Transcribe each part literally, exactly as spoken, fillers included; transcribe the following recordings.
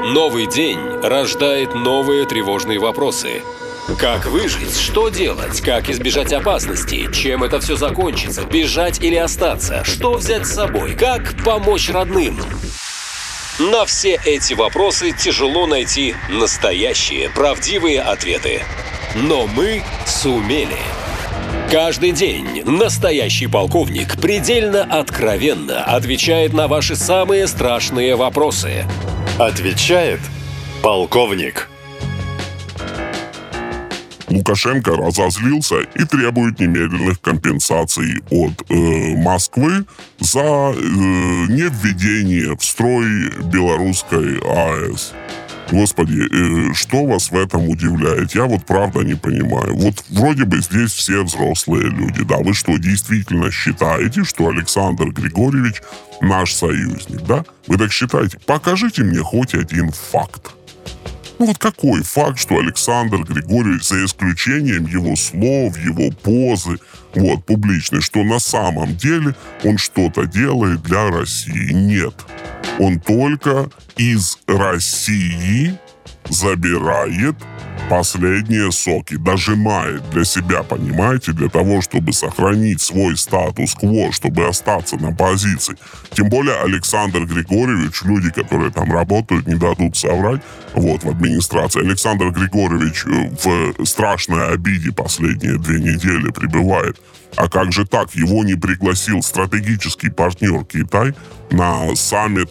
Новый день рождает новые тревожные вопросы. Как выжить? Что делать? Как избежать опасности? Чем это все закончится? Бежать или остаться? Что взять с собой? Как помочь родным? На все эти вопросы тяжело найти настоящие, правдивые ответы. Но мы сумели. Каждый день настоящий полковник предельно откровенно отвечает на ваши самые страшные вопросы. Отвечает полковник. Лукашенко разозлился и требует немедленных компенсаций от э, Москвы за э, невведение в строй белорусской АЭС. Господи, э, что вас в этом удивляет? Я вот правда не понимаю. Вот вроде бы здесь все взрослые люди, да? Вы что, действительно считаете, что Александр Григорьевич наш союзник, да? Вы так считаете? Покажите мне хоть один факт. Ну вот какой факт, что Александр Григорьевич, за исключением его слов, его позы, вот, публичной, что на самом деле он что-то делает для России? Нет. Он только из России забирает последние соки, дожимает для себя, понимаете, для того, чтобы сохранить свой статус-кво, чтобы остаться на позиции. Тем более Александр Григорьевич, люди, которые там работают, не дадут соврать, вот, в администрации. Александр Григорьевич в страшной обиде последние две недели пребывает. А как же так? Его не пригласил стратегический партнер Китай на саммит,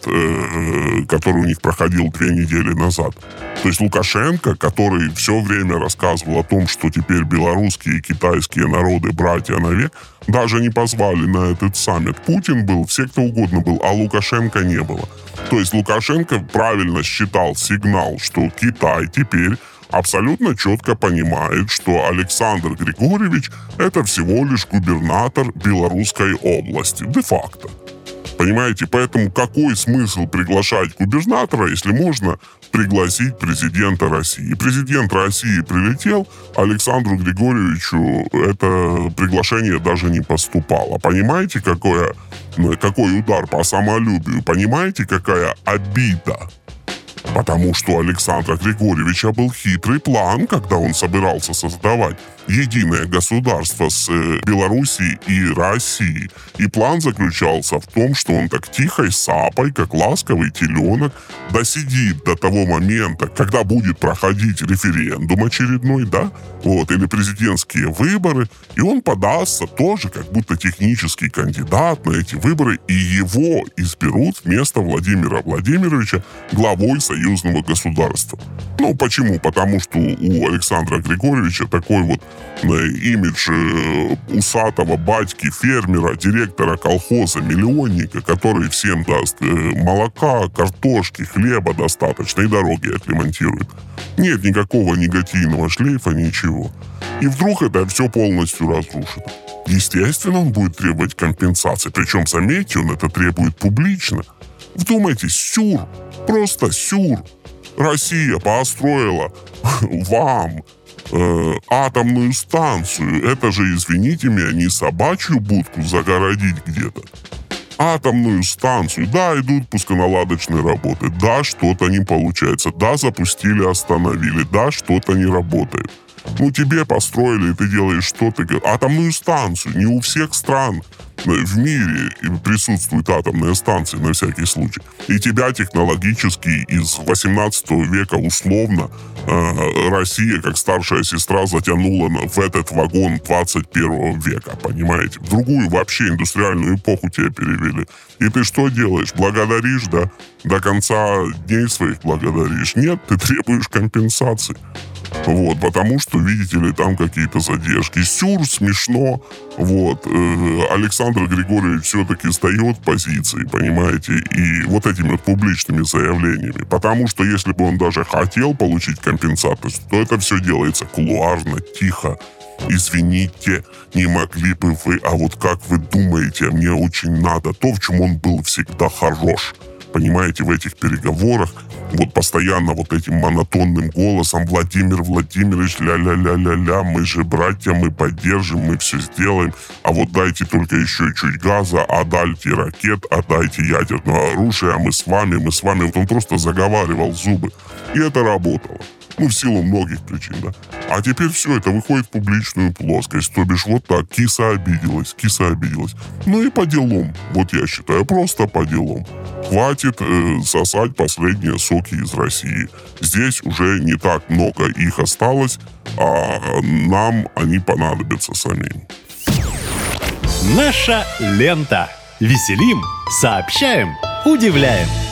э, который у них проходил две недели назад. То есть Лукашенко, который все время рассказывал о том, что теперь белорусские и китайские народы братья навек, даже не позвали на этот саммит. Путин был, все кто угодно был, а Лукашенко не было. То есть Лукашенко правильно считал сигнал, что Китай теперь абсолютно четко понимает, что Александр Григорьевич — это всего лишь губернатор Белорусской области, де-факто. Понимаете, поэтому какой смысл приглашать губернатора, если можно пригласить президента России? Президент России прилетел, Александру Григорьевичу это приглашение даже не поступало. Понимаете, какое, какой удар по самолюбию? Понимаете, какая обида? Потому что у Александра Григорьевича был хитрый план, когда он собирался создавать единое государство с Белоруссией и Россией. И план заключался в том, что он так тихой сапой, как ласковый теленок, досидит до того момента, когда будет проходить референдум очередной, да, вот, или президентские выборы, и он подастся тоже как будто технический кандидат на эти выборы, и его изберут вместо Владимира Владимировича главой союзного государства. Ну, почему? Потому что у Александра Григорьевича такой вот имидж э, усатого батьки, фермера, директора колхоза, миллионника, который всем даст э, молока, картошки, хлеба достаточно и дороги отремонтирует. Нет никакого негативного шлейфа, ничего. И вдруг это все полностью разрушит. Естественно, он будет требовать компенсации. Причем, заметьте, он это требует публично. Вдумайтесь, сюр, просто сюр. Россия построила вам э, атомную станцию. Это же, извините меня, не собачью будку загородить где-то. Атомную станцию. Да, идут пусконаладочные работы. Да, что-то не получается. Да, запустили, остановили. Да, что-то не работает. Ну, тебе построили, и ты делаешь что-то. Атомную станцию. Не у всех стран в мире присутствует атомная станция на всякий случай. И тебя технологически из восемнадцатого века условно э, Россия, как старшая сестра, затянула в этот вагон двадцать первого века, понимаете? В другую вообще индустриальную эпоху тебя перевели. И ты что делаешь? Благодаришь, да? До конца дней своих благодаришь? Нет, ты требуешь компенсации. Вот, потому что, видите ли, там какие-то задержки. Сюр, смешно. Вот. Э, Александр Григорьевич все-таки сдает позиции, понимаете, и вот этими вот публичными заявлениями. Потому что если бы он даже хотел получить компенсацию, то это все делается кулуарно, тихо. Извините, не могли бы вы, а вот как вы думаете, мне очень надо то, в чем он был всегда хорош. понимаете, в этих переговорах вот постоянно вот этим монотонным голосом: Владимир Владимирович, ля-ля-ля-ля-ля, мы же братья, мы поддержим, мы все сделаем, а вот дайте только еще чуть газа, отдайте ракет, отдайте ядерного оружия, а мы с вами, мы с вами. Вот он просто заговаривал зубы. И это работало. Ну, в силу многих причин, да. А теперь все это выходит в публичную плоскость. То бишь вот так, киса обиделась, киса обиделась. Ну и по делам, вот я считаю, просто по делам. Хватит э, сосать последние соки из России. Здесь уже не так много их осталось, а нам они понадобятся самим. Наша лента. Веселим, сообщаем, удивляем.